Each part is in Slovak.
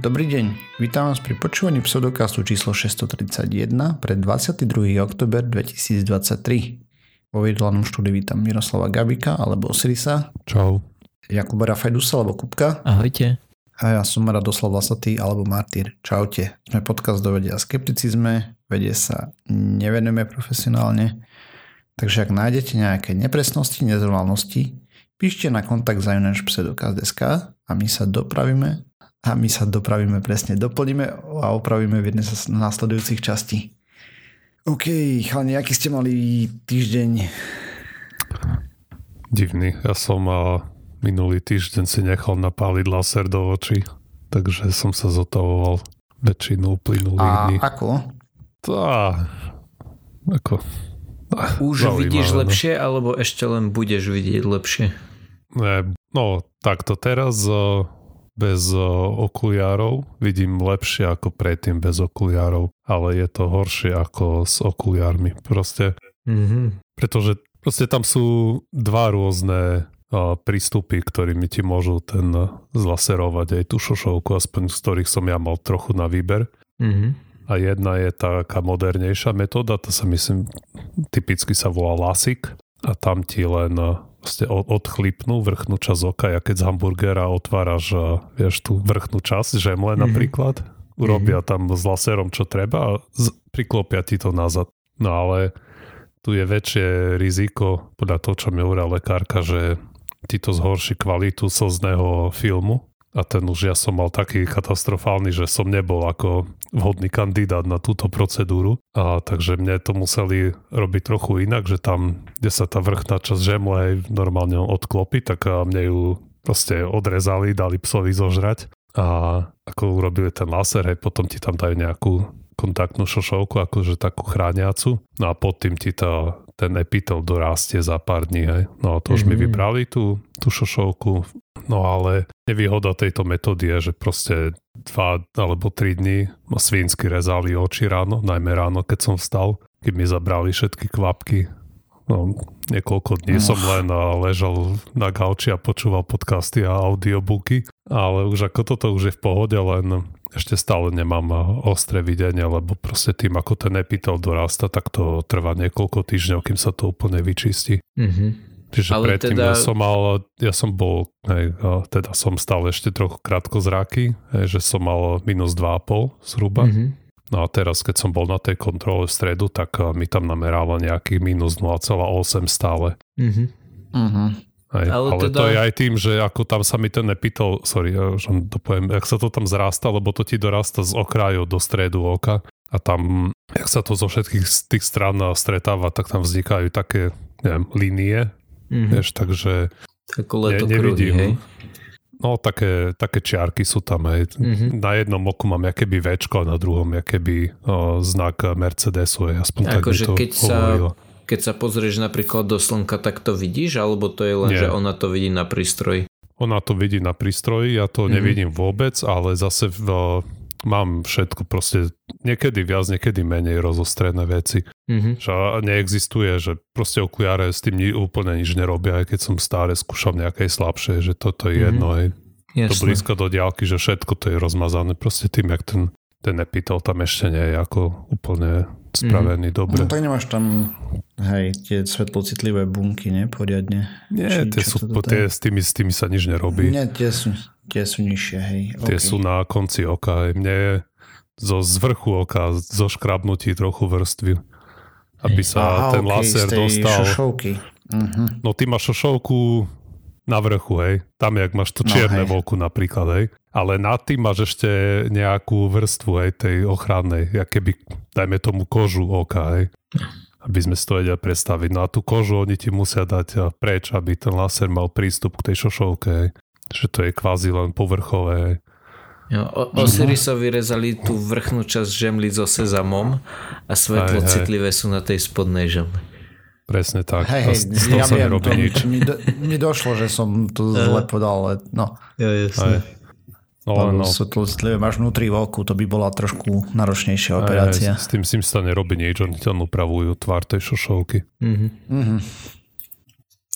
Dobrý deň, vítam vás pri počúvaní pseudokastu číslo 631 pre 22. október 2023. Vo virtuálnom štúdiu vítam Miroslava Gabika alebo Osirisa. Čau. Jakuba Rafajdusa alebo Kupka. Ahojte. A ja som Radoslav Vlasatý alebo Martýr. Čaute. Sme podcast do vede a skepticizme. Vede sa nevenujeme profesionálne. Takže ak nájdete nejaké nepresnosti, nezrovnalosti, píšte na kontakt @pseudokast.sk a my sa dopravíme presne, doplníme a opravíme v jednej z následujúcich častí. OK, chalani, aký ste mali týždeň? Divný. Ja som minulý týždeň si nechal napáliť laser do očí, takže som sa zotavoval väčšinu uplynulých dní. A ako? Už vidíš lepšie, alebo ešte len budeš vidieť lepšie? No, takto teraz bez okuliárov vidím lepšie ako predtým bez okuliárov, ale je to horšie ako s okuliármi. Pretože tam sú dva rôzne prístupy, ktorými ti môžu zlaserovať aj tú šošovku, aspoň z ktorých som ja mal trochu na výber. A jedna je taká modernejšia metóda, to sa myslím typicky sa volá LASIK a tam ti len odchlipnú vrchnú časť oka, ja keď z hamburgera otváraš tú vrchnú časť žemle napríklad, urobia tam s laserom čo treba a priklopia ti to nazad. No ale tu je väčšie riziko, podľa toho, čo mi hovorila lekárka, že ti to zhorší kvalitu slzného filmu a ten už ja som mal taký katastrofálny, že som nebol ako vhodný kandidát na túto procedúru. A takže mne to museli robiť trochu inak, že tam, kde sa tá vrchná časť žemle normálne odklopí, tak mne ju proste odrezali, dali psovi zožrať a ako urobili ten laser, potom ti tam dajú nejakú kontaktnú šošovku, akože takú chrániacu. No a pod tým ti ten epitel dorastie za pár dní. No a to už mi vybrali tú šošovku. No ale nevýhoda tejto metódy je, že proste 2 alebo 3 dní ma svínsky rezali oči ráno, najmä ráno, keď som vstal, keď mi zabrali všetky kvapky. No, niekoľko dní som len ležal na gauči a počúval podcasty a audiobooky, ale už ako toto už je v pohode, len ešte stále nemám ostré videnie, lebo proste tým, ako ten epitel dorasta, tak to trvá niekoľko týždňov, kým sa to úplne vyčistí. Čiže ale predtým som stále ešte trochu krátkozráky, že som mal -2,5 zhruba. No a teraz, keď som bol na tej kontrole v stredu, tak mi tam nameralo nejakých -0,8 stále. Ale to je aj tým, že ako tam sa mi ten epitel, jak sa to tam zrasta, lebo to ti dorasta z okrajov do stredu oka a tam, jak sa to zo všetkých z tých strán stretáva, tak tam vznikajú také, línie, vieš, takže nevidím. Hej? No, také čiarky sú tam, hej. Na jednom oku mám jakéby Včko a na druhom jakéby znak Mercedesu, hej. Aspoň tak by to hovorilo. Keď sa pozrieš napríklad do slnka, tak to vidíš, alebo to je len, že ona to vidí na prístroji? Ona to vidí na prístroji, ja to nevidím vôbec, ale zase mám všetko proste niekedy viac, niekedy menej rozostrené veci. Že neexistuje, že proste okuliare s tým úplne nič nerobia, aj keď som stále skúšam nejaké slabšie, že toto je jedno, aj to blízko do diaľky, že všetko to je rozmazané proste tým, jak ten epitel tam ešte nie je ako úplne spravený dobre. No tak nemáš tam tie svetlocitlivé bunky, ne? Poriadne. Nie, s tými sa nič nerobí. Nie, tie sú nižšie, hej. Tie sú na konci oka, hej. Mne je z vrchu oka zoškrabnutí trochu vrstvy, aby sa ten laser dostal. Šošovky. No ty máš šošovku na vrchu, hej. Tam, jak máš to čierne v oku napríklad, hej. Ale nad tým máš ešte nejakú vrstvu, hej, tej ochrannej, jak keby, dajme tomu kožu oka, hej. Aby sme si to vedeli predstaviť. No a tú kožu oni ti musia dať preč, aby ten laser mal prístup k tej šošovke, hej. Že to je kvázi len povrchové, hej. Osirisovi rezali tú vrchnú časť žemly so sezamom a svetlo citlivé sú na tej spodnej žemle. Presne tak. To sa nerobí nič. Mi došlo, že som to zle podal, ale no. Ja, jasne. Svetlo citlivé máš vnútri v oku, to by bola trošku náročnejšia operácia. S tým sa nerobí nič, oni tam upravujú tvár tej šošovky.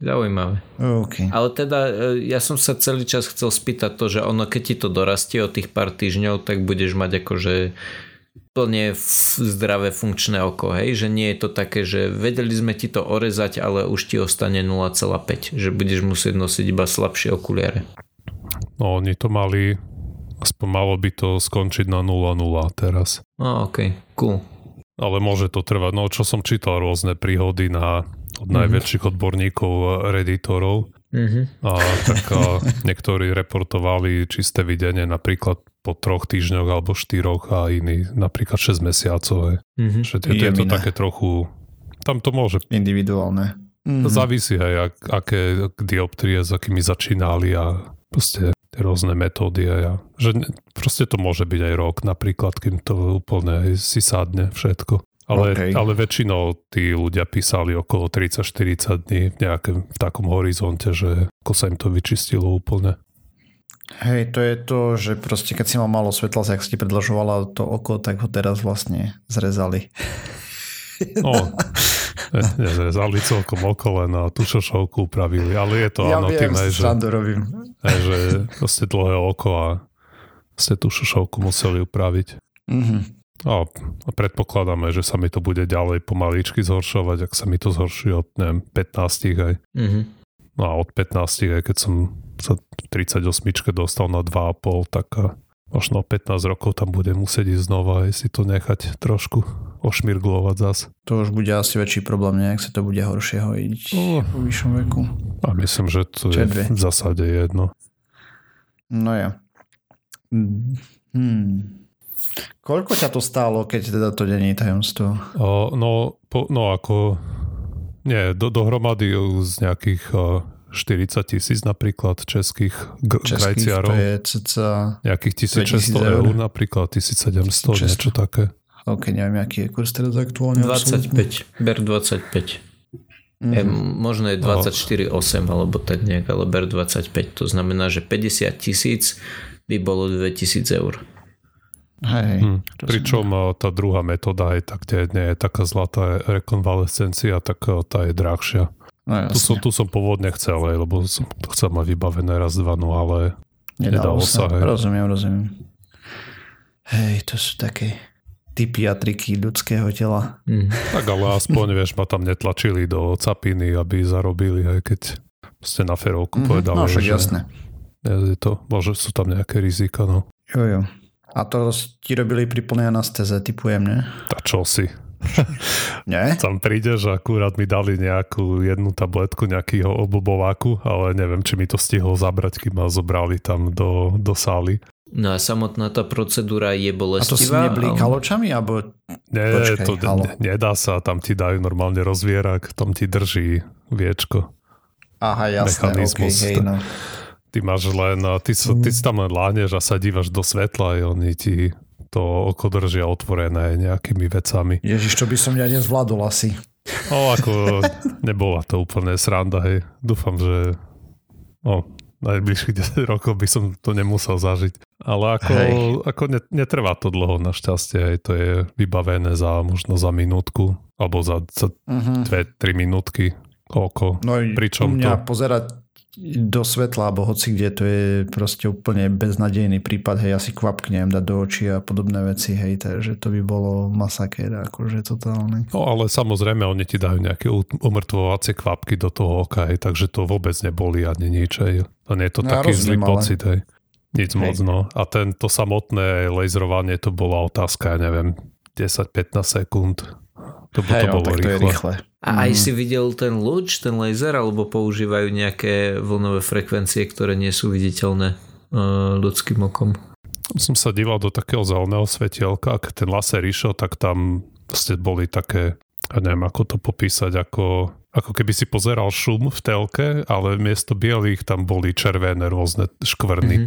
Zaujímavé. Okay. Ale teda ja som sa celý čas chcel spýtať to, že ono keď ti to dorastie od tých pár týždňov, tak budeš mať akože plne zdravé funkčné oko, hej? Že nie je to také, že vedeli sme ti to orezať, ale už ti ostane 0,5, že budeš musieť nosiť iba slabšie okuliare. No oni to mali, aspoň malo by to skončiť na 0,0 teraz. OK, cool. Ale môže to trvať, no čo som čítal rôzne príhody od najväčších odborníkov, editorov. A tak niektorí reportovali čisté videnie napríklad po 3 týždňoch alebo 4 a iní napríklad 6 mesiacov. Že je to také trochu, tam to môže individuálne. Závisí aj aké dioptrie, s akými začínali a proste rôzne metódy a že proste to môže byť aj rok napríklad, kým to úplne si sadne všetko. Ale väčšinou tí ľudia písali okolo 30-40 dní v takom horizonte, že ako sa im to vyčistilo úplne. Hej, to je to, že proste keď si mal málo svetla, ak si ti predĺžovala to oko, tak ho teraz vlastne zrezali. No, nezrezali celkom oko, len na tú šošovku upravili, ale je to áno tým, že proste dlhé oko a proste tú šošovku museli upraviť. A predpokladáme, že sa mi to bude ďalej pomaličky zhoršovať, ak sa mi to zhoršuje od 15 aj. No a od 15 aj keď som sa v 38 dostal na 2,5, tak možno 15 rokov tam budem musieť ísť znova aj si to nechať trošku ošmirglovať zas. To už bude asi väčší problém, ak sa to bude horšie hojiť vo vyššom veku. A myslím, že to je v zásade jedno. No ja. Koľko ťa to stálo, keď teda to nie je tajomstvo? Dohromady z nejakých 40,000 napríklad českých krajciarov. To je cca nejakých 1,600 eur napríklad, 1,700, niečo také. Ok, neviem, aký je kurz teraz aktuálne. 25, ber 25. Možno je 24,8 alebo tak nejak, ale ber 25. To znamená, že 50,000 by bolo 2,000 eur. Hej, pričom tá druhá metóda je tak, nie je taká zlatá rekonvalescencia, tak tá je drahšia. No, tu som pôvodne chcel, lebo som to chcel mať vybavené raz, dva, no ale nedalo sa. Rozumiem. Hej, to sú také typy a triky ľudského tela. Tak ale aspoň, vieš, ma tam netlačili do capiny, aby zarobili, aj keď ste na ferovku povedali, však že jasné. Môže sú tam nejaké rizika, no. Jo. A to ti robili pri plnej anastéze, typujem, ne? A čo si? Nie? Tam prídeš a akurát mi dali nejakú jednu tabletku nejakého oblbováku, ale neviem, či mi to stihlo zabrať, keď ma zobrali tam do sály. No a samotná tá procedúra je bolestivá? A to si neblíkal očami? Alebo... Nie, nedá sa, tam ti dajú normálne rozvierak, tam ti drží viečko. Aha, jasné, mechanizmus. Okay, hej, no. Ty máš len, ty si tam len láhneš a sa dívaš do svetla a oni ti to oko držia otvorené nejakými vecami. Ježiš, čo by som ja nezvládol asi. Ako nebola to úplne sranda, hej. Dúfam, že najbližších 10 rokov by som to nemusel zažiť. Ale ako netrvá to dlho našťastie, hej. To je vybavené možno za minútku alebo za 2-3 minútky oko. No pričom u mňa pozerať do svetla, alebo hoci kde, to je proste úplne beznadejný prípad, hej, ja si kvapknem dať do očí a podobné veci, hej, takže to by bolo masakér, akože totálne. No ale samozrejme, oni ti dajú nejaké umrtvovacie kvapky do toho oka, hej, takže to vôbec neboli ani nič, hej. A nie je to taký zlý pocit, hej. Nic moc, no. A to samotné laserovanie, to bola otázka, ja neviem, 10-15 sekúnd. To bolo rýchle. A aj si videl ten lúč, ten laser, alebo používajú nejaké vlnové frekvencie, ktoré nie sú viditeľné ľudským okom? Som sa díval do takého zeleného svetielka, keď ten laser išiel, tak tam boli také, ja neviem, ako to popísať, ako keby si pozeral šum v telke, ale miesto bielých tam boli červené rôzne škvrny.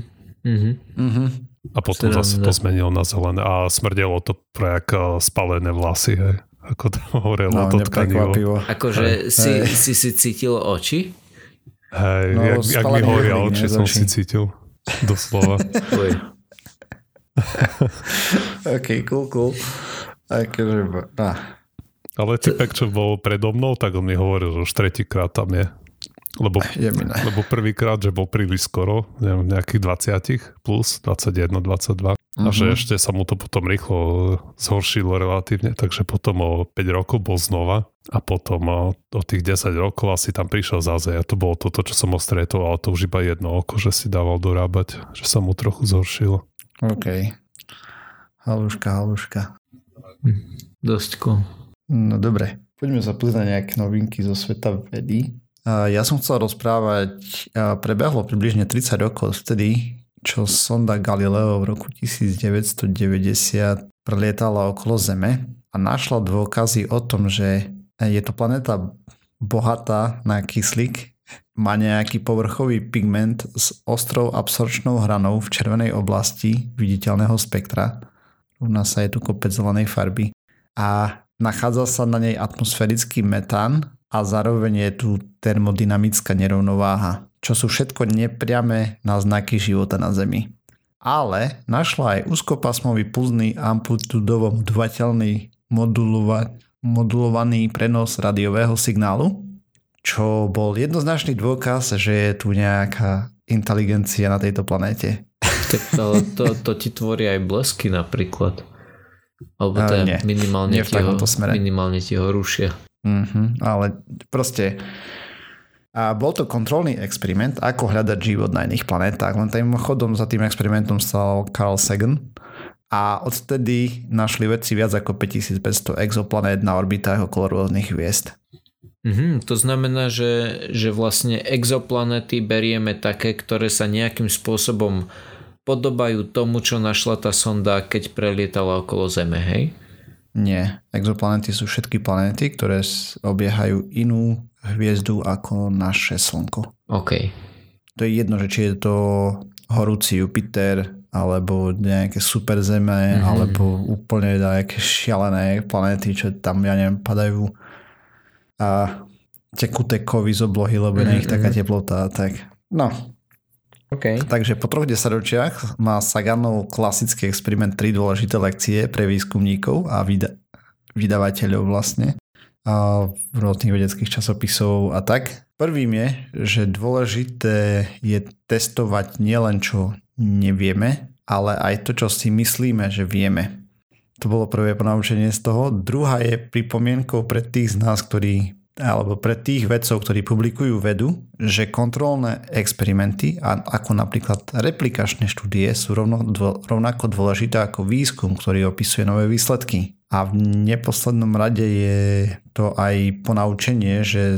A potom zase to zmenil na zelené a smrdelo to jak spalené vlasy, hej. Ako to horelo, to tkanivo. Akože si cítil oči? Hej, jak mi horia oči, som si cítil. Doslova. OK, cool. Akože, Ale typek, čo bol predo mnou, tak on mi hovoril, že už tretíkrát tam je. Lebo prvýkrát, že bol príliš skoro, neviem, nejakých 20 plus, 21, 22. A že ešte sa mu to potom rýchlo zhoršilo relatívne, takže potom o 5 rokov bol znova a potom o tých 10 rokov asi tam prišiel zase. A to bolo toto, čo som ho stretol, ale to už iba jedno oko, že si dával dorábať, že sa mu trochu zhoršilo. OK. Haluška. Dosť cool. No dobre, poďme sa pozrieť nejaké novinky zo sveta vedy. Ja som chcel rozprávať, prebehlo približne 30 rokov vtedy, čo sonda Galileo v roku 1990 prelietala okolo Zeme a našla dôkazy o tom, že je to planéta bohatá na kyslík, má nejaký povrchový pigment s ostrou absorpčnou hranou v červenej oblasti viditeľného spektra. Rovná sa je tu kopec zelenej farby a nachádza sa na nej atmosférický metán a zároveň je tu termodynamická nerovnováha, čo sú všetko nepriame náznaky života na Zemi. Ale našla aj úzkopásmový pulzný amplitudovo modulovateľný modulovaný prenos rádiového signálu, čo bol jednoznačný dôkaz, že je tu nejaká inteligencia na tejto planéte. Tak to ti tvorí aj blesky napríklad. Alebo to je minimálne ti ho rušia. Ale proste a bol to kontrolný experiment, ako hľadať život na iných planetách. Len tým chodom za tým experimentom stal Carl Sagan a odtedy našli vedci viac ako 5500 exoplanét na orbitách okolo rôznych hviezd. To znamená, že vlastne exoplanety berieme také, ktoré sa nejakým spôsobom podobajú tomu, čo našla tá sonda, keď prelietala okolo Zeme, hej? Nie. Exoplanety sú všetky planéty, ktoré obiehajú inú hviezdu ako naše Slnko. OK. To je jedno, že či je to horúci Jupiter, alebo nejaké superzeme, alebo úplne nejaké šialené planéty, čo tam, ja neviem, padajú a tekuté kovy z oblohy, lebo je na nich taká teplota. Tak. No. Okay. Takže po 3 desaťročiach má Saganov klasický experiment 3 dôležité lekcie pre výskumníkov a vydavateľov vlastne a v rôznych vedeckých časopisov a tak. Prvým je, že dôležité je testovať nielen čo nevieme, ale aj to, čo si myslíme, že vieme. To bolo prvé ponaučenie z toho. Druhá je pripomienkou pre tých z nás, alebo pre tých vedcov, ktorí publikujú vedu, že kontrolné experimenty, ako napríklad replikačné štúdie, sú rovnako dôležité ako výskum, ktorý opisuje nové výsledky. A v neposlednom rade je to aj ponaučenie, že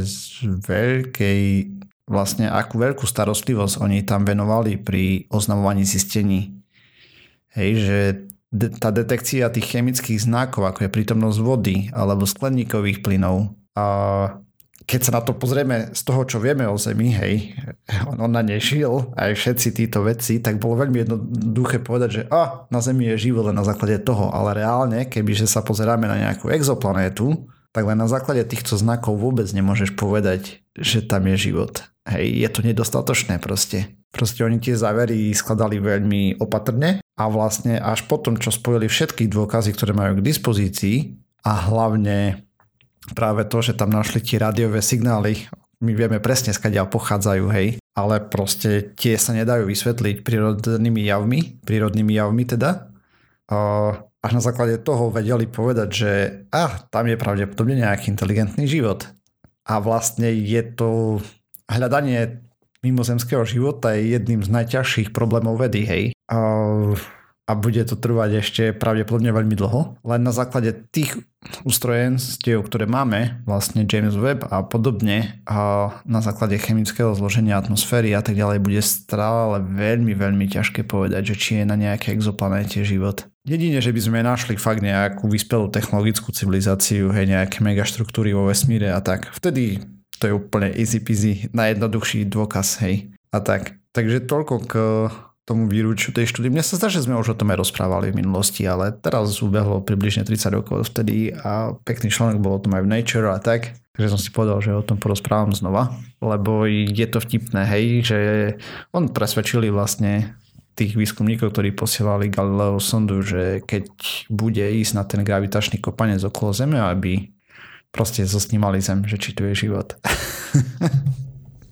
akú veľkú starostlivosť oni tam venovali pri oznamovaní zistení. Hej, že tá detekcia tých chemických znakov, ako je prítomnosť vody alebo skleníkových plynov, a keď sa na to pozrieme z toho, čo vieme o Zemi, hej, on na nej žil, aj všetci títo veci, tak bolo veľmi jednoduché povedať, že na Zemi je život len na základe toho, ale reálne, kebyže sa pozeráme na nejakú exoplanétu, tak len na základe týchto znakov vôbec nemôžeš povedať, že tam je život. Hej, je to nedostatočné proste. Proste oni tie závery skladali veľmi opatrne a vlastne až potom, čo spojili všetky dôkazy, ktoré majú k dispozícii a hlavne práve to, že tam našli tie rádiové signály, my vieme presne, skadiaľ pochádzajú, hej, ale proste tie sa nedajú vysvetliť prírodnými javmi teda. Až na základe toho vedeli povedať, že tam je pravdepodobne nejaký inteligentný život. A vlastne je to hľadanie mimozemského života je jedným z najťažších problémov vedy, hej. A bude to trvať ešte pravdepodobne veľmi dlho. Len na základe tých ústrojenstiev, ktoré máme, vlastne James Webb a podobne, a na základe chemického zloženia atmosféry a tak ďalej, bude stále veľmi, veľmi ťažké povedať, že či je na nejakej exoplanéte život. Jedine, že by sme našli fakt nejakú vyspelú technologickú civilizáciu, hej, nejaké megaštruktúry vo vesmíre a tak. Vtedy to je úplne easy peasy, najjednoduchší dôkaz, hej. A tak. Takže toľko k tomu výručiu tej štúdie. Mne sa zdá, že sme už o tom aj rozprávali v minulosti, ale teraz ubehlo približne 30 rokov vtedy a pekný článok bol o tom aj v Nature a tak. Takže som si povedal, že o tom porozprávam znova, lebo je to vtipné, hej, že on presvedčili vlastne tých výskumníkov, ktorí posielali Galileo sondu, že keď bude ísť na ten gravitačný kopanec okolo Zeme, aby proste zosnímali Zem, že či tu je život.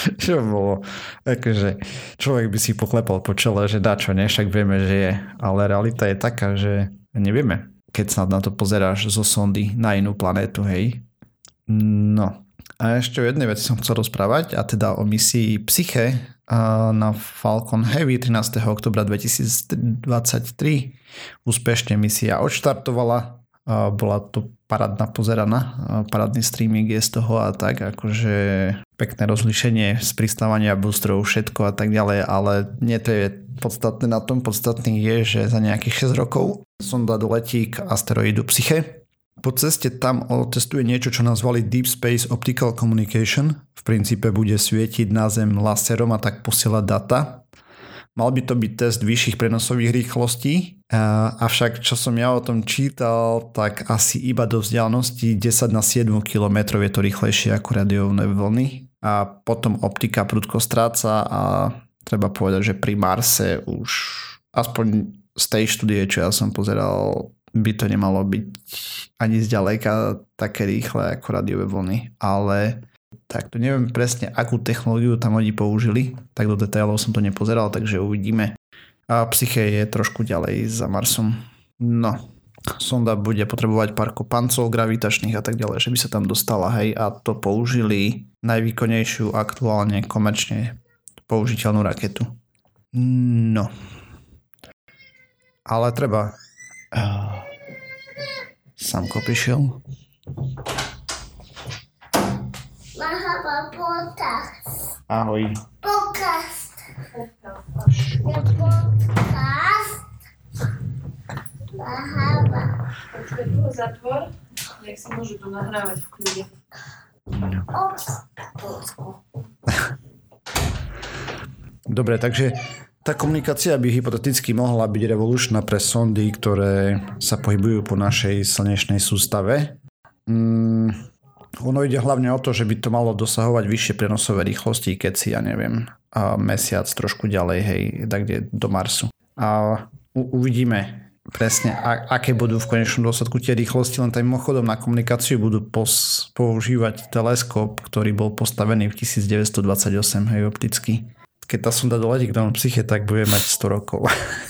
Čo bolo? Akože človek by si poklepal po čele, že dačo, ne? Však vieme, že je. Ale realita je taká, že nevieme, keď sa na to pozeráš zo sondy na inú planétu, hej. No. A ešte o jednej veci som chcel rozprávať, a teda o misii Psyche na Falcon Heavy 13. oktobra 2023. Úspešne misia odštartovala. Bola to parádna pozeraná, parádny streaming je z toho a tak, akože pekné rozlíšenie z pristávania boostrov, všetko a tak ďalej, ale nie to je podstatné na tom. Podstatný je, že za nejakých 6 rokov sonda doletí k asteroidu Psyche. Po ceste tam testuje niečo, čo nazvali Deep Space Optical Communication. V princípe bude svietiť na Zem laserom a tak posielať data. Mal by to byť test vyšších prenosových rýchlostí, avšak čo som ja o tom čítal, tak asi iba do vzdialenosti 10 na 7 km je to rýchlejšie ako radiové vlny. A potom optika prudko stráca a treba povedať, že pri Marse už aspoň z tej štúdie, čo ja som pozeral, by to nemalo byť ani zďaleka také rýchle ako radiové vlny, ale tak to neviem presne, akú technológiu tam oni použili, tak do detailov som to nepozeral, takže uvidíme. A Psyche je trošku ďalej za Marsom. No, sonda bude potrebovať pár kopancov gravitačných a tak ďalej, že by sa tam dostala, hej, a to použili najvýkonnejšiu aktuálne komerčne použiteľnú raketu. No. Ale treba... Samko prišiel. Mahaba podcast. Ahoj. Podcast. Podcast. Mahaba. Počkaj, tu ho zatvor, nech si môžu tu nahrávať v kľude. Dobre, takže tá komunikácia by hypoteticky mohla byť revolučná pre sondy, ktoré sa pohybujú po našej slnečnej sústave. Ono ide hlavne o to, že by to malo dosahovať vyššie prenosové rýchlosti, keď si, ja neviem, mesiac trošku ďalej, hej, tak kde do Marsu. A uvidíme presne, aké budú v konečnom dôsledku tie rýchlosti, len tým mimochodom na komunikáciu budú používať teleskop, ktorý bol postavený v 1928, hej, opticky. Keď tá sonda doletí k tomu Psyche, tak bude mať 100 rokov.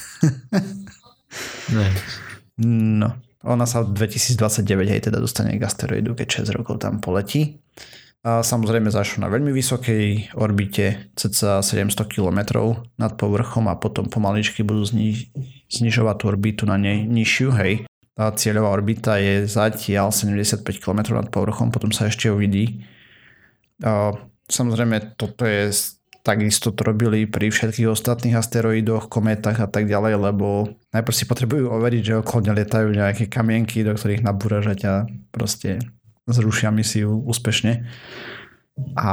No. Ona sa v 2029 aj teda dostane k asteroidu, keď 6 rokov tam poletí. A samozrejme začnú na veľmi vysokej orbite, cca 700 km nad povrchom a potom pomaličky budú znižovať tú orbitu na nižšiu, hej. Tá cieľová orbita je zatiaľ 75 km nad povrchom, potom sa ešte uvidí. A samozrejme toto je... Takisto to robili pri všetkých ostatných asteroidoch, kométach a tak ďalej, lebo najprv si potrebujú overiť, že okolo lietajú nejaké kamienky, do ktorých nabúraš a ťa proste zrušia misiu úspešne. A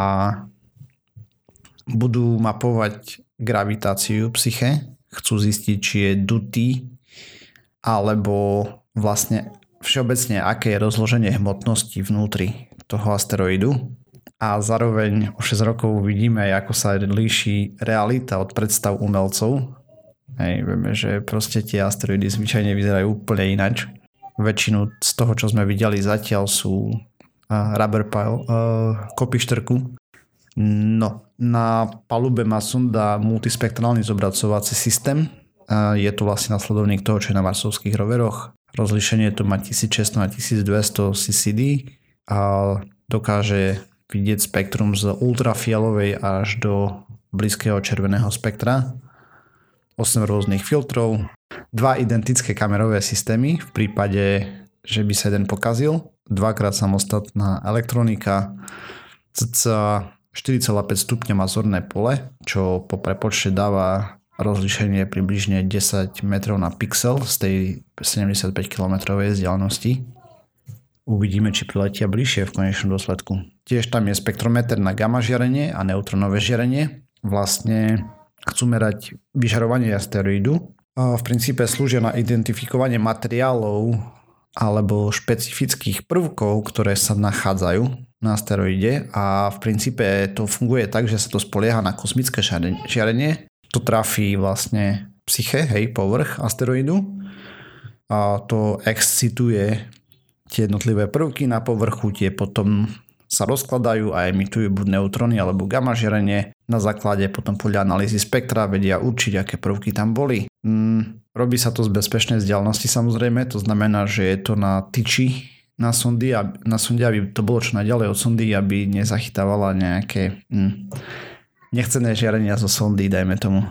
budú mapovať gravitáciu Psyche, chcú zistiť, či je dutý, alebo vlastne všeobecne, aké je rozloženie hmotnosti vnútri toho asteroidu. A zároveň o 6 rokov uvidíme, ako sa líši realita od predstav umelcov. Hej, vieme, že proste tie asteroidy zvyčajne vyzerajú úplne ináč. Väčšinu z toho, čo sme videli zatiaľ, sú rubber pile, kopy štrku. No, na palube má sonda multispektrálny zobracovací systém. Je to vlastne nasledovník toho, čo je na marsovských roveroch. Rozlíšenie to má 1600 na 1200 CCD a dokáže vidieť spektrum z ultrafialovej až do blízkeho červeného spektra. 8 rôznych filtrov, 2 identické kamerové systémy v prípade, že by sa jeden pokazil, 2-krát samostatná elektronika, cca 4,5 stupňa má zorné pole, čo po prepočte dáva rozlíšenie približne 10 metrov na pixel z tej 75 km vzdialenosti. Uvidíme, či priletia bližšie v konečnom dôsledku. Tiež tam je spektrometer na gamma žiarenie a neutronové žiarenie. Vlastne chcú merať vyžarovanie asteroidu. V princípe slúžia na identifikovanie materiálov alebo špecifických prvkov, ktoré sa nachádzajú na asteroide. A v princípe to funguje tak, že sa to spolieha na kozmické žiarenie. To trafí vlastne Psyche, hej, povrch asteroidu. A to excituje tie jednotlivé prvky na povrchu, tie potom sa rozkladajú a emitujú buď neutróny alebo gamma žiarenie. Na základe potom podľa analýzy spektra vedia určiť, aké prvky tam boli. Robí sa to z bezpečnej vzdialenosti samozrejme, to znamená, že je to na tyči na sonde, aby to bolo čo najďalej od sondy, aby nezachytávala nejaké nechcené žiarenia zo sondy, dajme tomu.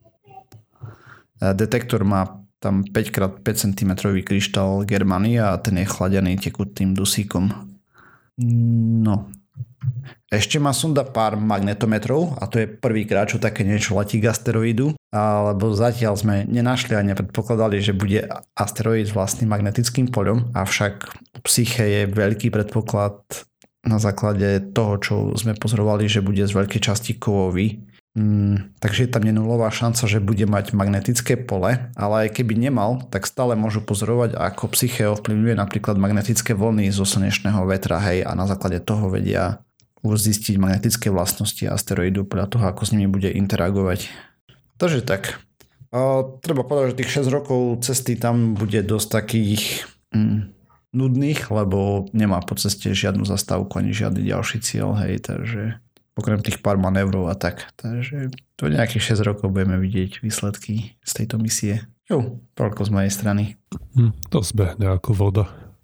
Detektor má tam 5x5 cm kryštál germany a ten je chladený tekutým dusíkom. No. Ešte má sonda pár magnetometrov a to je prvýkrát, čo také niečo letí k asteroidu, alebo zatiaľ sme nenašli a nepredpokladali, že bude asteroid s vlastným magnetickým poľom, avšak u Psyche je veľký predpoklad na základe toho, čo sme pozorovali, že bude z veľkej časti kovový. Takže je tam nenulová šanca, že bude mať magnetické pole, ale aj keby nemal, tak stále môžu pozorovať, ako Psyche ovplyvňuje napríklad magnetické vlny zo slnečného vetra, hej, a na základe toho vedia zistiť magnetické vlastnosti asteroidu podľa toho, ako s nimi bude interagovať. Takže tak. Treba povedať, že tých 6 rokov cesty tam bude dosť takých nudných, lebo nemá po ceste žiadnu zastávku ani žiadny ďalší cieľ, hej, takže okrem tých pár manévrov a tak. Takže to nejakých 6 rokov budeme vidieť výsledky z tejto misie. Toľko z mojej strany. To zbehne ako voda.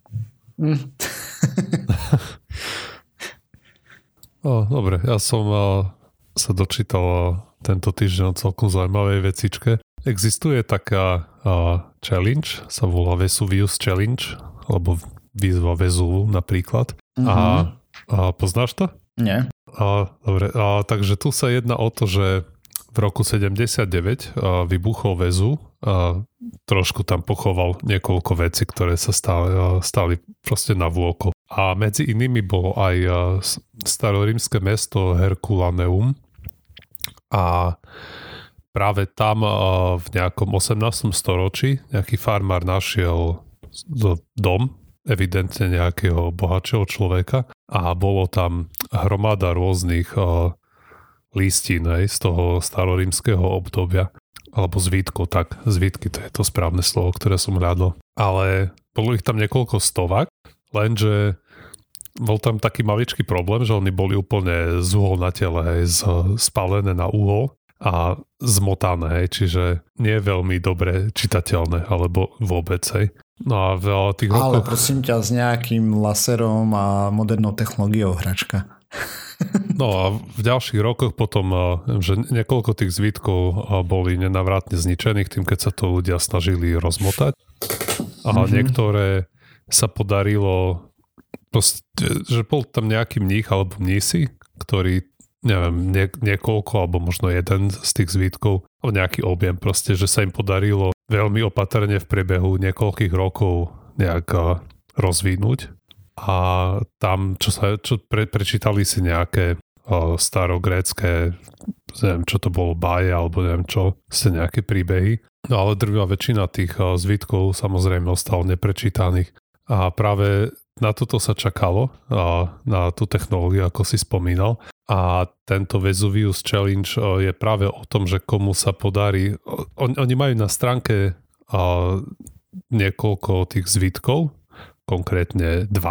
Dobre, ja som sa dočítal tento týždeň o celkom zaujímavej vecičke. Existuje taká challenge, sa volá Vesuvius Challenge, alebo výzva Vezuvu napríklad. A poznáš to? Nie. Dobre, takže tu sa jedná o to, že v roku 79 vybuchol Vezuv, trošku tam pochoval niekoľko vecí, ktoré sa stali proste na vôko. A medzi inými bolo aj starorímske mesto Herculaneum a práve tam v nejakom 18. storočí nejaký farmár našiel dom, evidentne nejakého bohatšieho človeka a bolo tam hromada rôznych listín z toho starorímskeho obdobia alebo zvítkov, tak zvítky, to je to správne slovo, ktoré som hľadal. Ale bolo ich tam niekoľko stovák, lenže bol tam taký maličký problém, že oni boli úplne zúholnateľé, spálené na uhol a zmotané, čiže nie je veľmi dobre čitateľné, alebo vôbec. No a v tých rokoch... Ale prosím ťa, s nejakým laserom a modernou technológiou hračka. No a v ďalších rokoch potom, že niekoľko tých zvítkov boli nenávratne zničených tým, keď sa to ľudia snažili rozmotať. A niektoré sa podarilo, že bol tam nejaký mních alebo mnísi, ktorí, neviem, niekoľko alebo možno jeden z tých zvítkov, nejaký objem proste, že sa im podarilo veľmi opatrne v priebehu niekoľkých rokov nejak rozvinúť. A tam, prečítali si nejaké starogrécké, neviem, čo to bolo, báje, alebo neviem čo, nejaké príbehy. No ale drvivá väčšina tých zvítkov samozrejme ostalo neprečítaných. A práve na toto sa čakalo, na tú technológiu, ako si spomínal. A tento Vesuvius Challenge je práve o tom, že komu sa podarí. Oni majú na stránke niekoľko tých zvítkov, konkrétne 2.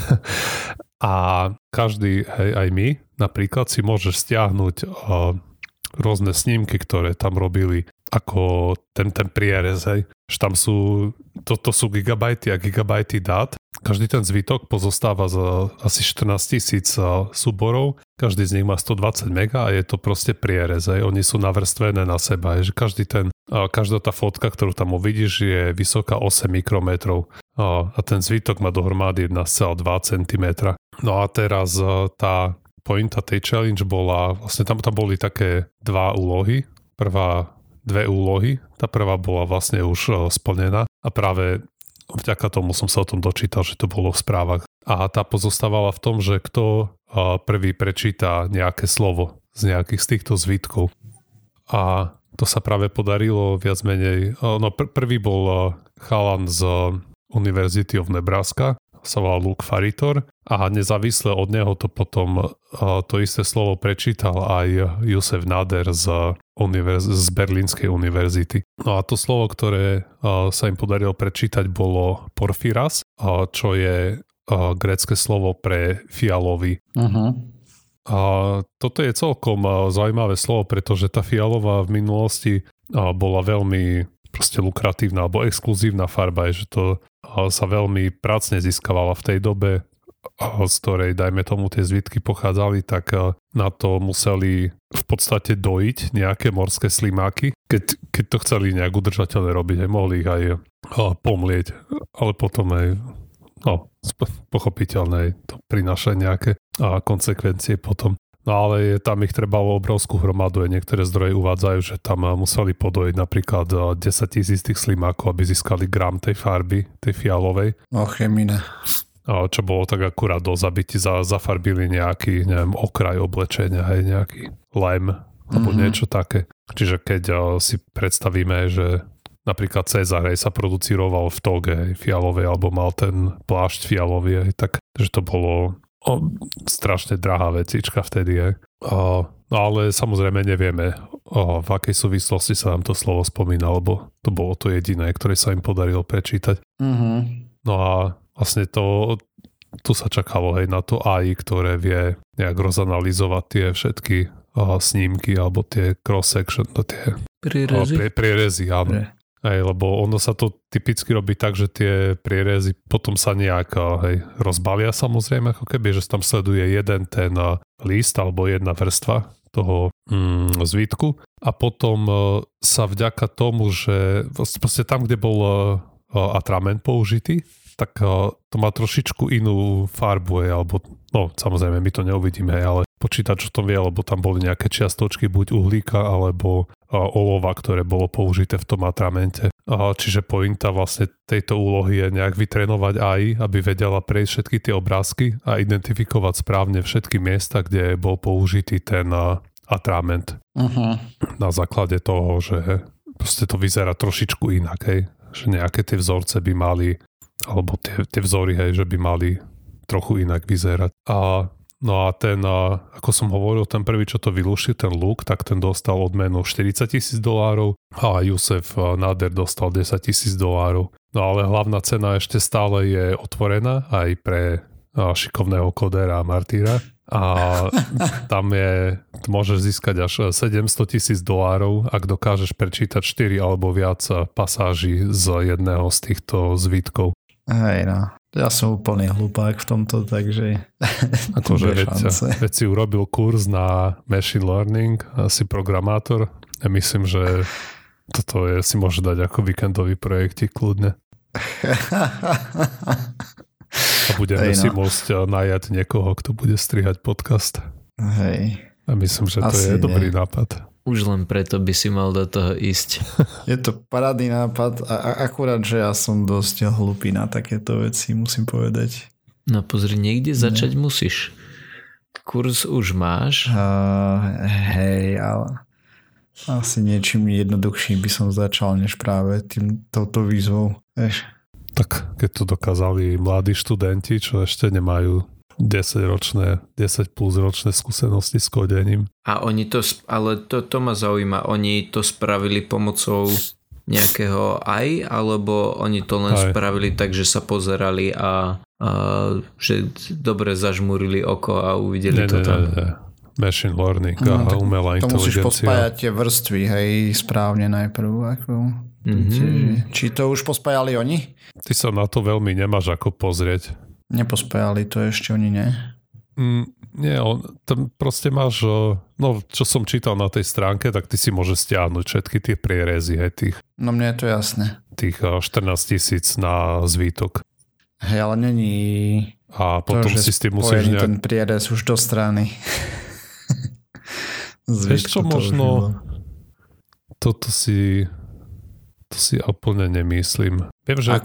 A každý, aj my, napríklad si môžeš stiahnuť rôzne snímky, ktoré tam robili, ako ten prierez, hej. Že tam sú, toto sú gigabajty a gigabajty dát. Každý ten zvítok pozostáva z asi 14 000 súborov. Každý z nich má 120 mega a je to proste prierez, hej. Oni sú navrstvené na seba, hej. Že každá tá fotka, ktorú tam uvidíš, je vysoká 8 mikrometrov. A ten zvítok má dohromady 1,2 cm. No a teraz tá pointa tej challenge bola, vlastne tam boli také 2 úlohy. Dve úlohy. Tá prvá bola vlastne už splnená a práve vďaka tomu som sa o tom dočítal, že to bolo v správach. A tá pozostávala v tom, že kto prvý prečíta nejaké slovo z nejakých z týchto zvítkov. A to sa práve podarilo viac menej. Prvý bol chalan z University of Nebraska, sa volá Luke Faritor a nezávisle od neho to potom to isté slovo prečítal aj Josef Nader z Berlínskej univerzity. No a to slovo, ktoré sa im podarilo prečítať, bolo porphyras, čo je grécke slovo pre fialový. A toto je celkom zaujímavé slovo, pretože tá fialová v minulosti bola veľmi proste lukratívna alebo exkluzívna farba, že to sa veľmi pracne získavala v tej dobe, z ktorej, dajme tomu, tie zvitky pochádzali, tak na to museli v podstate dojiť nejaké morské slimáky, keď to chceli nejak udržateľne robiť, mohli ich aj pomlieť, ale potom aj pochopiteľné to prináša nejaké konsekvencie potom. No ale tam ich trebalo obrovskú hromadu, niektoré zdroje uvádzajú, že tam museli podojiť napríklad 10 000 tých slimákov, aby získali gram tej farby, tej fialovej. Chemina. Čo bolo tak akurát dosť, aby ti zafarbili nejaký, neviem, okraj oblečenia, hej, nejaký lem, alebo niečo také. Čiže keď si predstavíme, že napríklad Cezar sa producíroval v toge fialovej, alebo mal ten plášť fialový, tak že to bolo strašne drahá vecička vtedy. No ale samozrejme nevieme, v akej súvislosti sa nám to slovo spomína, lebo to bolo to jediné, ktoré sa im podarilo prečítať. No a vlastne tu sa čakalo na to AI, ktoré vie nejak rozanalizovať tie všetky snímky alebo tie cross-section, tie prierezy, áno. Lebo ono sa to typicky robí tak, že tie prierezy potom sa nejak rozbalia samozrejme, ako keby, že tam sleduje jeden ten list alebo jedna vrstva toho zvítku a potom sa vďaka tomu, že proste tam, kde bol atrament použitý, tak to má trošičku inú farbu, alebo samozrejme my to neuvidíme, ale počítač o tom vie, lebo tam boli nejaké čiastočky buď uhlíka alebo olova, ktoré bolo použité v tom atramente. Čiže pointa vlastne tejto úlohy je nejak vytrénovať AI, aby vedela prejsť všetky tie obrázky a identifikovať správne všetky miesta, kde bol použitý ten atrament. Na základe toho, že proste to vyzerá trošičku inak, že nejaké tie vzorce by mali, alebo tie vzory, že by mali trochu inak vyzerať. No a ten, ako som hovoril, ten prvý, čo to vylúšil, ten Luke, tak ten dostal odmenu $40,000 a Josef Nader dostal $10,000. No ale hlavná cena ešte stále je otvorená aj pre šikovného kodéra a martýra. A tam môžeš získať až $700,000, ak dokážeš prečítať 4 alebo viac pasáží z jedného z týchto zvítkov. Hej, no. Ja som úplný hlupák v tomto, takže akože veď si urobil kurz na machine learning, si programátor. Ja myslím, že toto si môže dať ako víkendový projektík kľudne. A budeme si môcť najať niekoho, kto bude strihať podcast. Hej. A myslím, že to je dobrý nápad. Už len preto by si mal do toho ísť. Je to parádny nápad a akurát, že ja som dosť hlupý na takéto veci, musím povedať. No pozri, niekde začať musíš. Kurz už máš. Hej, ale asi niečím jednoduchším by som začal, než práve touto výzvou. Tak keď to dokázali mladí študenti, čo ešte nemajú 10 plus ročné skúsenosti s kodením. A oni ale to ma zaujíma, oni to spravili pomocou nejakého AI, alebo oni to len spravili tak, že sa pozerali a že dobre zažmúrili oko a uvideli to tam. Nie. Machine learning a umelá inteligencia. To musíš pospájať tie vrstvy, správne najprv. Či to už pospájali oni? Ty sa na to veľmi nemáš ako pozrieť. Nepospájali to ešte oni, nie? Nie, tam proste máš, čo som čítal na tej stránke, tak ty si môžeš stiahnuť všetky tie prierezy, tých. No mne je to jasné. Tých 14,000 na zvítok. Hej, ale není a potom to, si s tým musíš nejak... ten prierez už do strany. Vieš čo, možno toto si úplne nemyslím. Viem, že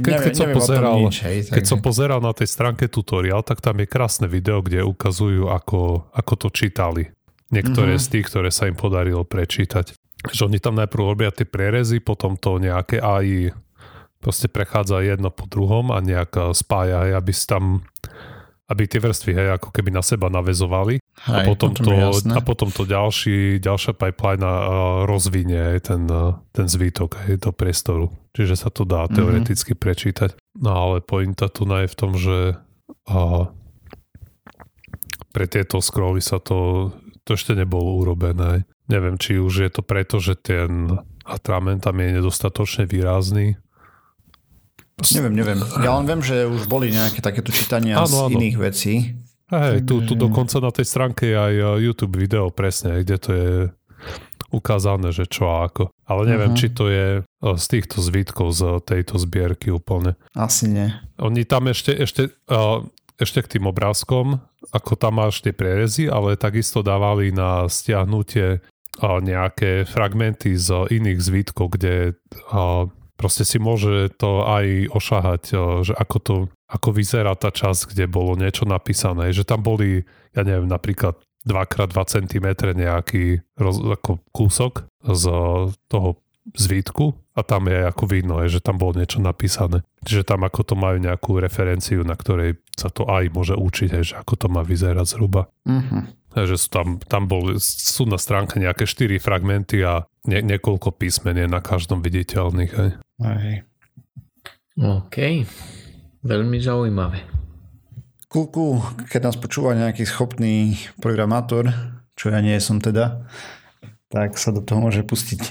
keď som pozeral na tej stránke tutoriál, tak tam je krásne video, kde ukazujú, ako to čítali. Niektoré z tých, ktoré sa im podarilo prečítať. Že oni tam najprv robia tie prierezy, potom to nejaké AI proste prechádza jedno po druhom a nejak spája, aby tie vrstvy ako keby na seba naväzovali. A potom to ďalšia pipeline rozvinie ten zvítok do priestoru. Čiže sa to dá teoreticky prečítať. No ale pointa tu je v tom, že pre tieto scrolly sa to ešte nebolo urobené. Neviem, či už je to preto, že ten atrament tam je nedostatočne výrazný. Neviem. Ja len viem, že už boli nejaké takéto čítania z iných vecí. Hej, tu dokonca na tej stránke je aj YouTube video presne, kde to je ukázané, že čo a ako. Ale neviem, či to je z týchto zvítkov z tejto zbierky úplne. Asi nie. Oni tam ešte k tým obrázkom, ako tam máš tie prierezy, ale takisto dávali na stiahnutie nejaké fragmenty z iných zvítkov, kde proste si môže to aj ošahať, že ako vyzerá tá časť, kde bolo niečo napísané. Že tam boli, ja neviem, napríklad 2x2 cm nejaký ako kúsok z toho zvítku a tam je ako vidno, že tam bolo niečo napísané. Čiže tam ako to majú nejakú referenciu, na ktorej sa to aj môže učiť, že ako to má vyzerať zhruba. Že sú na stránke nejaké 4 fragmenty a niekoľko písmen je na každom viditeľných. Hej. OK. Veľmi zaujímavé. Kulku, keď nás počúva nejaký schopný programátor, čo ja nie som teda, tak sa do toho môže pustiť.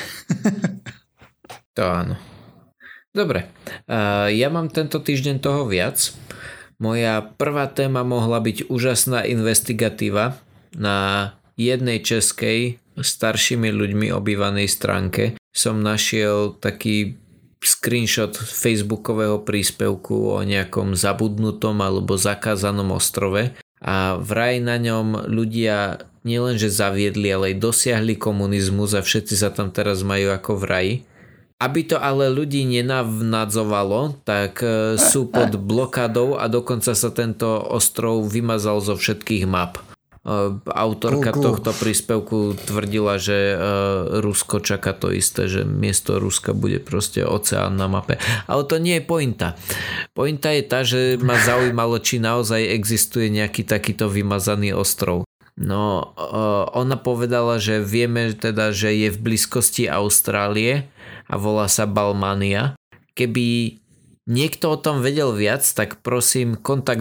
To áno. Dobre. Ja mám tento týždeň toho viac. Moja prvá téma mohla byť úžasná investigatíva na jednej českej staršími ľuďmi obývanej stránke. Som našiel taký screenshot facebookového príspevku o nejakom zabudnutom alebo zakázanom ostrove a vraj na ňom ľudia nielenže zaviedli, ale aj dosiahli komunizmus a všetci sa tam teraz majú ako v raji. Aby to ale ľudí nenavnadzovalo, tak sú pod blokádou a dokonca sa tento ostrov vymazal zo všetkých map. Autorka tohto príspevku tvrdila, že Rusko čaká to isté, že miesto Ruska bude proste oceán na mape. Ale to nie je pointa. Pointa je tá, že ma zaujímalo, či naozaj existuje nejaký takýto vymazaný ostrov. No, ona povedala, že vieme teda, že je v blízkosti Austrálie a volá sa Balmania. Keby niekto o tom vedel viac, tak prosím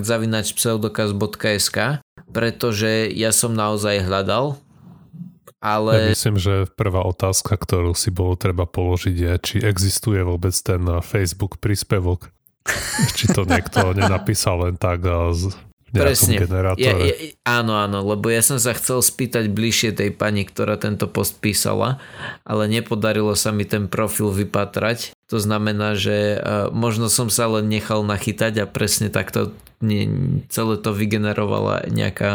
kontakt@pseudokaz.sk, pretože ja som naozaj hľadal, ale... Ja myslím, že prvá otázka, ktorú si bolo treba položiť je, či existuje vôbec ten Facebook príspevok. Či to niekto nenapísal len tak z nejakom generátore. Áno, lebo ja som sa chcel spýtať bližšie tej pani, ktorá tento post písala, ale nepodarilo sa mi ten profil vypatrať. To znamená, že možno som sa len nechal nachytať a presne takto celé to vygenerovala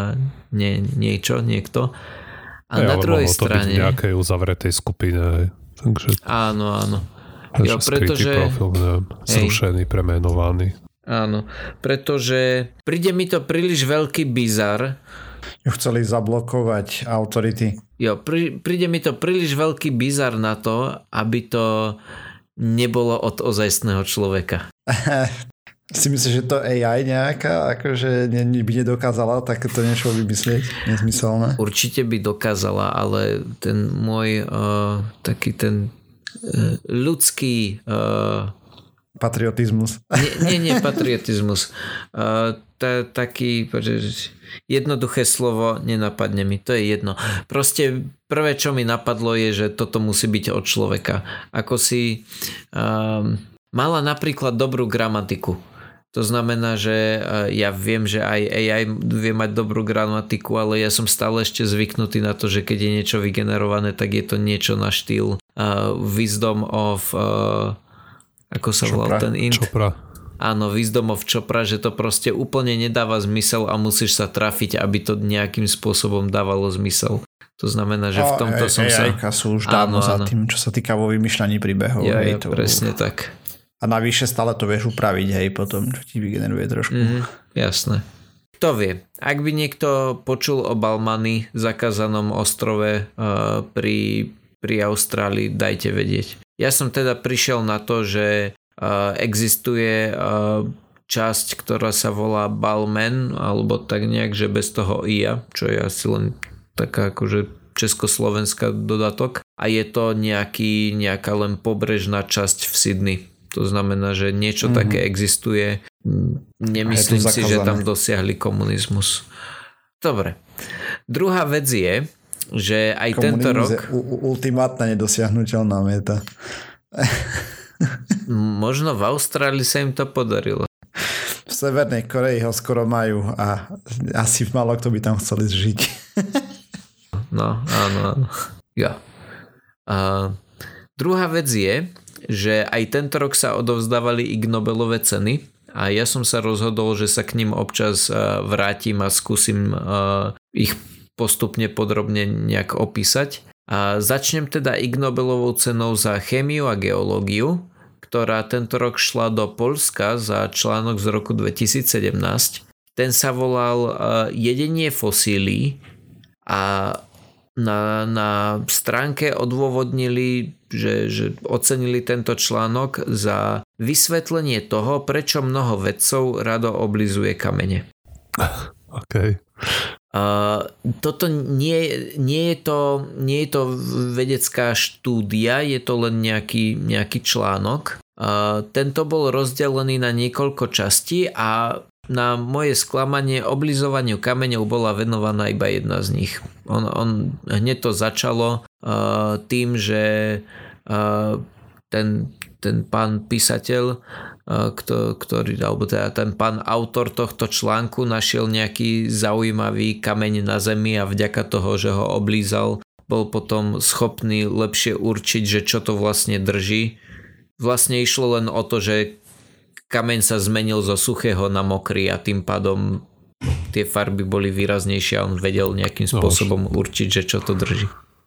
niekto. A na druhej strane... to byť v nejakej uzavretej skupine. Takže... Áno. Jo, pretože... profil, neviem, zrušený, premenovaný. Áno, pretože príde mi to príliš veľký bizar. Chceli zablokovať autority. Jo, príde mi to príliš veľký bizar na to, aby to nebolo od ozajstného človeka. Si myslíš, že to AI nejaká akože by nedokázala takéto niečo vymyslieť? Nezmyselné? Určite by dokázala, ale ten môj taký ten ľudský patriotizmus. Nie patriotizmus. Taký jednoduché slovo nenapadne mi, to je jedno. Proste prvé, čo mi napadlo je, že toto musí byť od človeka. Ako si mala napríklad dobrú gramatiku. To znamená, že ja viem, že aj AI vie mať dobrú gramatiku, ale ja som stále ešte zvyknutý na to, že keď je niečo vygenerované, tak je to niečo na štýl Wisdom of ako sa volal ten int? Chopra. Áno, Wisdom of Chopra, že to proste úplne nedáva zmysel a musíš sa trafiť, aby to nejakým spôsobom dávalo zmysel. To znamená, že v tomto som sa... AI-ka sú už dávno za tým, čo sa týka vo vymýšľaní príbehov. Ja, presne tak. A navyše stále to vieš upraviť, hej, potom, čo ti vygeneruje trošku. Jasné. Kto vie, ak by niekto počul o Balmany, zakázanom ostrove pri Austrálii, dajte vedieť. Ja som teda prišiel na to, že existuje časť, ktorá sa volá Balmen, alebo tak nejak, že bez toho IA, čo je asi len taká akože československá dodatok. A je to nejaká len pobrežná časť v Sydney. To znamená, že niečo také existuje. Nemyslím si, že tam dosiahli komunizmus. Dobre. Druhá vec je, že aj tento rok... Ultimátna nedosiahnuteľná meta. Možno v Austrálii sa im to podarilo. V Severnej Koreji ho skoro majú a asi málo kto by tam chceli žiť. No, áno. Ja. Druhá vec je, že aj tento rok sa odovzdávali Ig Nobelové ceny a ja som sa rozhodol, že sa k ním občas vrátim a skúsim ich postupne podrobne nejak opísať. A začnem teda Ig Nobelovou cenou za chémiu a geológiu, ktorá tento rok šla do Poľska za článok z roku 2017. Ten sa volal Jedenie fosílií a na stránke odôvodnili, že ocenili tento článok za vysvetlenie toho, prečo mnoho vedcov rado oblizuje kamene. OK. Toto nie je to vedecká štúdia, je to len nejaký článok. Tento bol rozdelený na niekoľko častí a na moje sklamanie oblizovaniu kameňov bola venovaná iba jedna z nich. On hneď to začalo tým, že ten pán písateľ, ktorý, alebo teda ten pán autor tohto článku našiel nejaký zaujímavý kameň na zemi a vďaka toho, že ho oblízal, bol potom schopný lepšie určiť, že čo to vlastne drží. Vlastne išlo len o to, že kameň sa zmenil zo suchého na mokrý a tým pádom tie farby boli výraznejšie a on vedel nejakým spôsobom určiť, že čo to drží.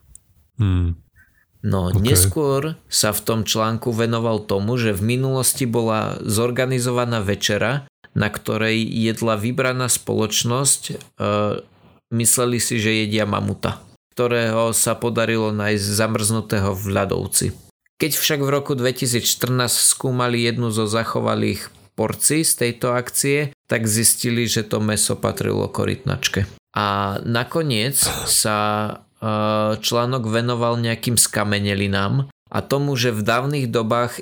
No, okay. Neskôr sa v tom článku venoval tomu, že v minulosti bola zorganizovaná večera, na ktorej jedla vybraná spoločnosť, mysleli si, že jedia mamuta, ktorého sa podarilo nájsť zamrznutého v ľadovci. Keď však v roku 2014 skúmali jednu zo zachovalých porcií z tejto akcie, tak zistili, že to mäso patrilo korytnačke. A nakoniec sa článok venoval nejakým skamenelinám a tomu, že v dávnych dobách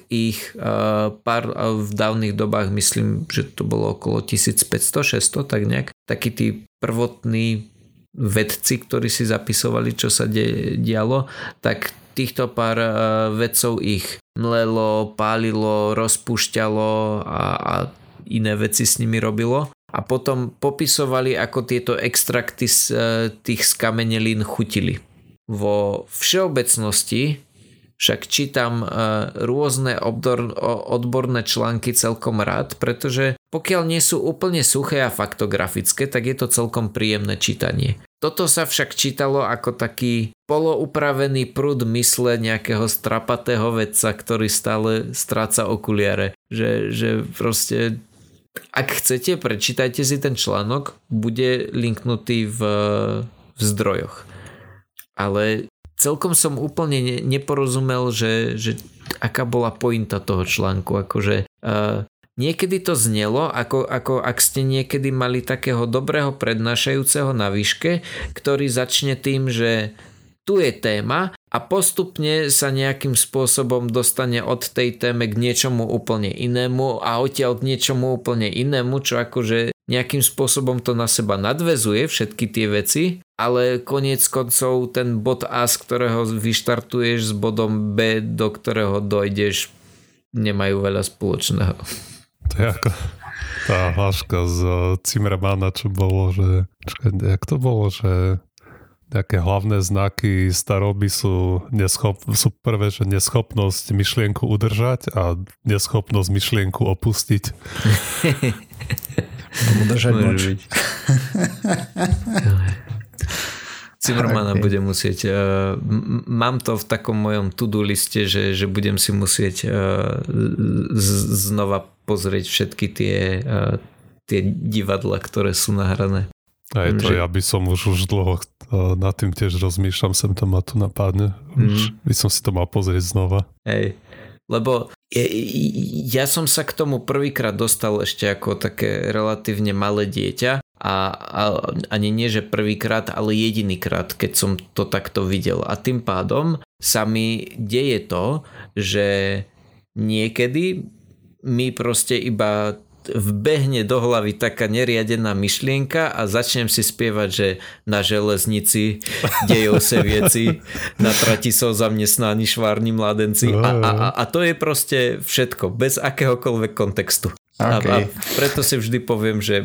v dávnych dobách myslím, že to bolo okolo 1500-600, tak nejak, takí tí prvotní vedci, ktorí si zapisovali, čo sa dialo, tak týchto pár vedcov ich mlelo, pálilo, rozpúšťalo a iné veci s nimi robilo. A potom popisovali, ako tieto extrakty z tých skamenelín chutili. Vo všeobecnosti však čítam rôzne odborné články celkom rád, pretože pokiaľ nie sú úplne suché a faktografické, tak je to celkom príjemné čítanie. Toto sa však čítalo ako taký poloupravený prúd mysle nejakého strapatého vedca, ktorý stále stráca okuliare. Že proste... Ak chcete, prečítajte si ten článok, bude linknutý v zdrojoch. Ale celkom som úplne neporozumel, že aká bola pointa toho článku. Akože niekedy to znelo, ako ak ste niekedy mali takého dobrého prednášajúceho na výške, ktorý začne tým, že tu je téma a postupne sa nejakým spôsobom dostane od tej téme k niečomu úplne inému a odtiaľ k niečomu úplne inému, čo akože nejakým spôsobom to na seba nadväzuje všetky tie veci, ale koniec koncov ten bod A, z ktorého vyštartuješ, s bodom B, do ktorého dojdeš, nemajú veľa spoločného. To je ako tá hláška z Zimmermana, čo bolo, že jak to bolo, že nejaké hlavné znaky staroby sú prvé, že neschopnosť myšlienku udržať a neschopnosť myšlienku opustiť. Udržať moč. Zimmermana bude musieť... mám to v takom mojom to-do liste, že budem si musieť znova pozrieť všetky tie divadla, ktoré sú nahrané. Aj to, ja by som už dlho nad tým tiež rozmýšľam, sem to ma tu napadne. Už by som si to mal pozrieť znova. Hej, lebo ja som sa k tomu prvýkrát dostal ešte ako také relatívne malé dieťa a ani nie, že prvýkrát, ale jedinýkrát, keď som to takto videl. A tým pádom sa mi deje to, že niekedy mi proste iba vbehne do hlavy taká neriadená myšlienka a začnem si spievať, že na železnici dejú sa veci, na trati sú zamestnaní švárni mladenci a to je proste všetko, bez akéhokoľvek kontextu. Okay. A preto si vždy poviem, že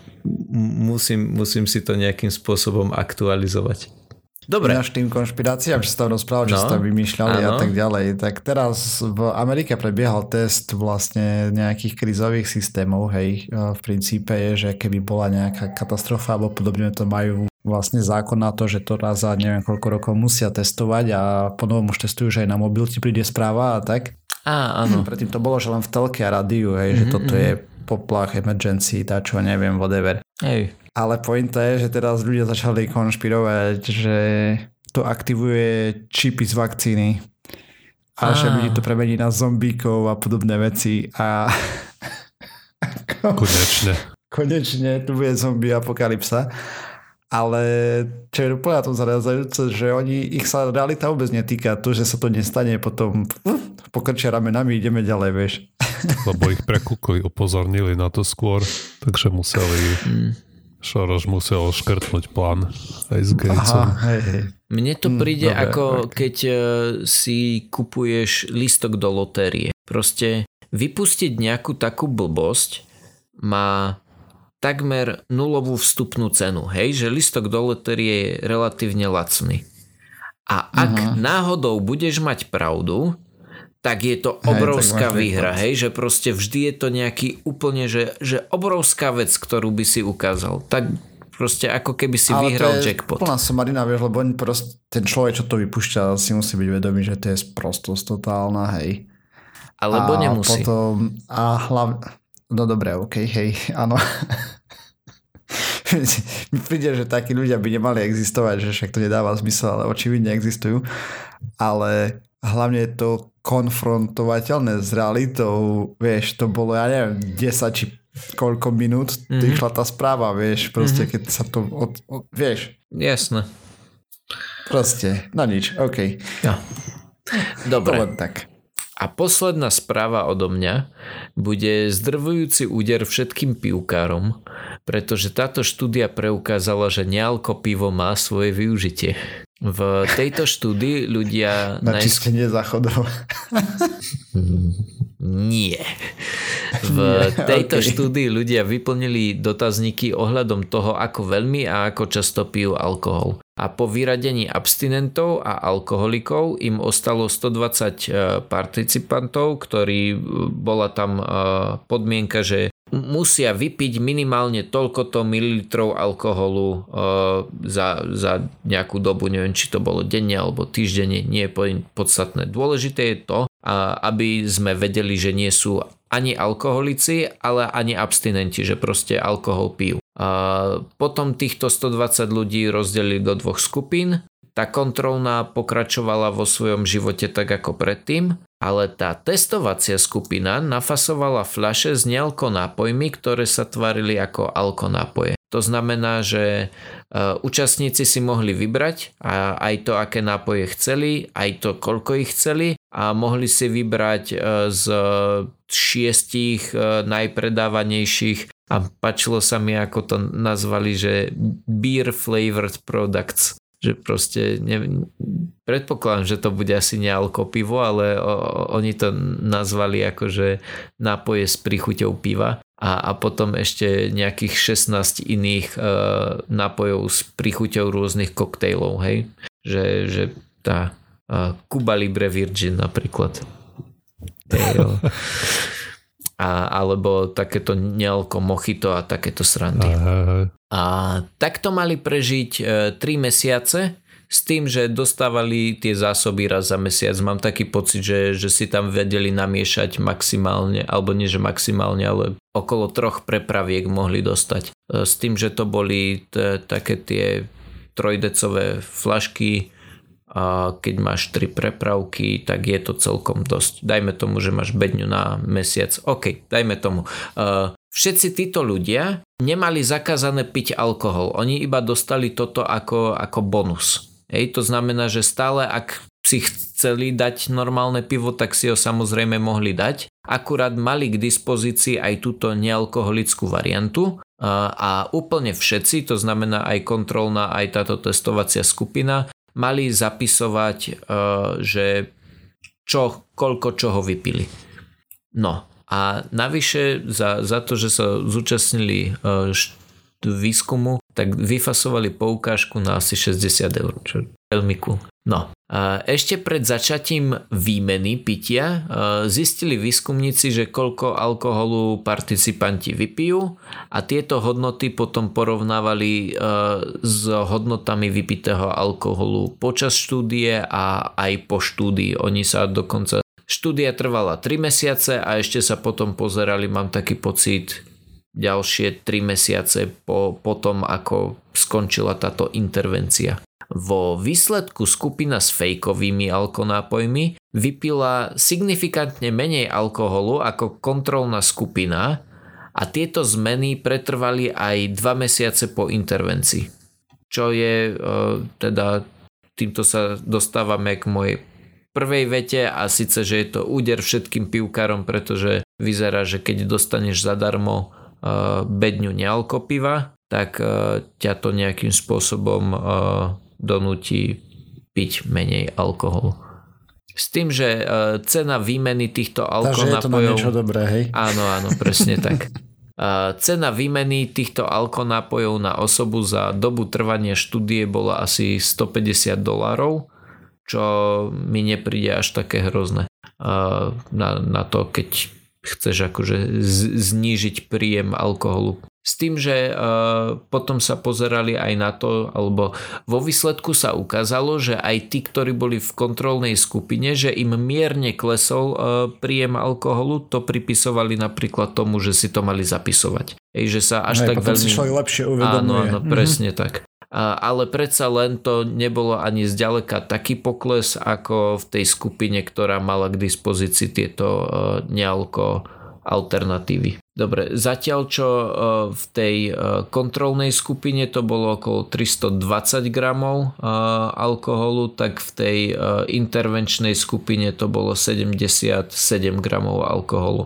musím si to nejakým spôsobom aktualizovať. Dobre. Ináč tým konšpiráciám, čo sa tam rozprával, čo sa tam vymýšľali a tak ďalej. Tak teraz v Amerike prebiehal test vlastne nejakých krízových systémov, hej. V princípe je, že keby bola nejaká katastrofa alebo podobne, to majú vlastne zákon na to, že to raz za neviem koľko rokov musia testovať a ponovom už testujú, že aj na mobil ti príde správa a tak. Áno. Predtým to bolo, že len v telke a rádiu, hej, že toto je poplach, emergency, čo neviem, whatever. Hej. Ale pointa je, že teraz ľudia začali konšpirovať, že to aktivuje čipy z vakcíny a že ľudí to premení na zombíkov a podobné veci a konečne tu bude zombie apokalypsa. Ale čo je úplne na tom zarážajúce, že ich sa realita vôbec netýka. To, že sa to nestane, potom pokrčia ramenami, ideme ďalej, vieš. Lebo ich prekúkli, upozornili na to skôr, takže Soros musel škrtnúť plán aj s Gatesom. Hej. Mne to príde dobre, ako keď si kupuješ lístok do lotérie. Proste vypustiť nejakú takú blbosť má takmer nulovú vstupnú cenu. Hej, že lístok do lotérie je relatívne lacný. A ak náhodou budeš mať pravdu, tak je to obrovská výhra, hej, že proste vždy je to nejaký úplne, že obrovská vec, ktorú by si ukázal. Tak proste ako keby si vyhral jackpot. Ale to je plná somarina, vieš, lebo ten človek, čo to vypúšťa, si musí byť vedomý, že to je sprostosť totálna, hej. Alebo nemusí. Potom, no dobre, okej, hej, áno. Mi príde, že takí ľudia by nemali existovať, že však to nedáva zmysel, ale očividne existujú. Ale hlavne je to konfrontovateľné s realitou, vieš, to bolo, ja neviem, 10 či koľko minút išla tá správa, vieš, proste, keď sa to, vieš. Jasné. Proste, no nič, okej. Ja. Dobre. To len tak. A posledná správa odo mňa bude zdrvujúci úder všetkým pivkárom, pretože táto štúdia preukázala, že nealko pivo má svoje využitie. V tejto štúdii ľudia... Na čistenie záchodov. Nie. V tejto štúdii ľudia vyplnili dotazníky ohľadom toho, ako veľmi a ako často pijú alkohol. A po vyradení abstinentov a alkoholikov im ostalo 120 participantov, ktorí bola tam podmienka, že musia vypiť minimálne toľkoto mililitrov alkoholu za nejakú dobu, neviem, či to bolo denne alebo týždenne, nie je podstatné. Dôležité je to, aby sme vedeli, že nie sú ani alkoholici, ale ani abstinenti, že proste alkohol pijú. Potom týchto 120 ľudí rozdelili do dvoch skupín. Tá kontrolná pokračovala vo svojom živote tak ako predtým, ale tá testovacia skupina nafasovala fľaše s nealkonápojmi, ktoré sa tvarili ako alkonápoje. To znamená, že účastníci si mohli vybrať aj to, aké nápoje chceli, aj to, koľko ich chceli a mohli si vybrať z 6 najpredávanejších a páčilo sa mi, ako to nazvali, že beer flavored products. Že proste predpokladám, že to bude asi nealko pivo, ale oni to nazvali akože nápoje s príchuťou piva a potom ešte nejakých 16 iných nápojov s príchuťou rôznych koktejlov, hej? Že tá Cuba Libre Virgin napríklad. Alebo takéto nealko mojito a takéto srandy. A takto mali prežiť 3 mesiace s tým, že dostávali tie zásoby raz za mesiac. Mám taký pocit, že si tam vedeli namiešať maximálne, alebo nie že maximálne, ale okolo 3 prepraviek mohli dostať. S tým, že to boli také tie 3-decové flašky a keď máš 3 prepravky, tak je to celkom dosť. Dajme tomu, že máš bedňu na mesiac. OK, dajme tomu. Všetci títo ľudia nemali zakázané piť alkohol. Oni iba dostali toto ako bonus. Hej, to znamená, že stále ak si chceli dať normálne pivo, tak si ho samozrejme mohli dať. Akurát mali k dispozícii aj túto nealkoholickú variantu a úplne všetci, to znamená aj kontrolná, aj táto testovacia skupina, mali zapisovať, že koľko čoho vypili. No a navyše za to, že sa zúčastnili výskumu, tak vyfasovali poukážku na asi 60 eur, čo je veľmi cool. No, a ešte pred začatím výmeny pitia zistili výskumníci, že koľko alkoholu participanti vypijú a tieto hodnoty potom porovnávali s hodnotami vypitého alkoholu počas štúdie a aj po štúdii. Oni sa dokonca... Štúdia trvala 3 mesiace a ešte sa potom pozerali, mám taký pocit, ďalšie 3 mesiace po tom, ako skončila táto intervencia. Vo výsledku skupina s fejkovými alkonápojmi vypila signifikantne menej alkoholu ako kontrolná skupina a tieto zmeny pretrvali aj 2 mesiace po intervencii. Čo je teda, týmto sa dostávame k mojej prvej vete a síce, že je to úder všetkým pivkárom, pretože vyzerá, že keď dostaneš zadarmo bedňu nealkopiva, tak ťa to nejakým spôsobom donúti piť menej alkoholu. S tým, že cena výmeny týchto alkonápojov... Takže je to na niečo dobré, hej? Áno, presne tak. Cena výmeny týchto alkonápojov na osobu za dobu trvania štúdie bola asi $150, čo mi nepríde až také hrozné na to, keď chceš akože znížiť príjem alkoholu. S tým, že potom sa pozerali aj na to, alebo vo výsledku sa ukázalo, že aj tí, ktorí boli v kontrolnej skupine, že im mierne klesol príjem alkoholu, to pripisovali napríklad tomu, že si to mali zapisovať. Že sa až tak veľmi... si človek lepšie uvedomuje. Áno, presne tak. Ale predsa len to nebolo ani zďaleka taký pokles ako v tej skupine, ktorá mala k dispozícii tieto nealko alternatívy. Dobre, zatiaľ čo v tej kontrolnej skupine to bolo okolo 320 gramov alkoholu, tak v tej intervenčnej skupine to bolo 77 gramov alkoholu.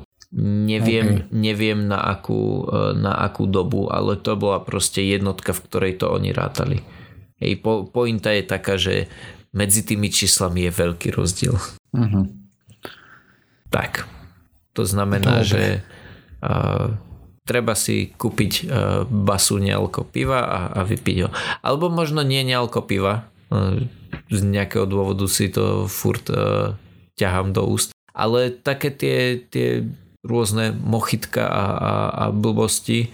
Neviem na akú dobu, ale to bola proste jednotka, v ktorej to oni rátali. Pointa je taká, že medzi tými číslami je veľký rozdiel. Uh-huh. Tak, to znamená, že treba si kúpiť basu nealko piva a vypiť ho. Alebo možno nie nealko piva, z nejakého dôvodu si to furt ťahám do úst, ale také tie rôzne mochitka a blbosti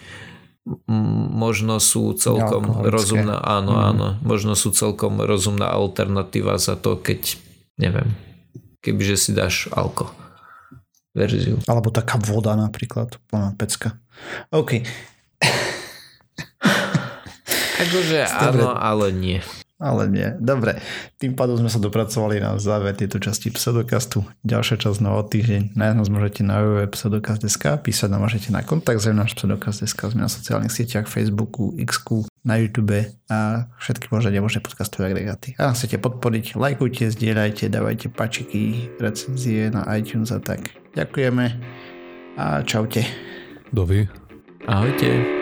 možno sú celkom rozumná, áno, možno sú celkom rozumná alternatíva za to, keď neviem, kebyže si dáš alko verziu. Alebo taká voda napríklad, plná pecka. OK. Akože áno, ale nie. Ale nie. Dobre, tým pádom sme sa dopracovali na záver tejto časti Pseudokastu. Ďalšia časť na týždeň. Nájsť nás môžete na www.pseudokast.sk, písať nám môžete na kontakt náš Pseudokast.sk, sme na sociálnych sieťach, Facebooku, Xku, na YouTube a všetky možné nemožné podcastové agregáty. A chcete podporiť, lajkujte, zdieľajte, dávajte pačiky, recenzie na iTunes a tak. Ďakujeme a čaute. Dovi. Ahojte.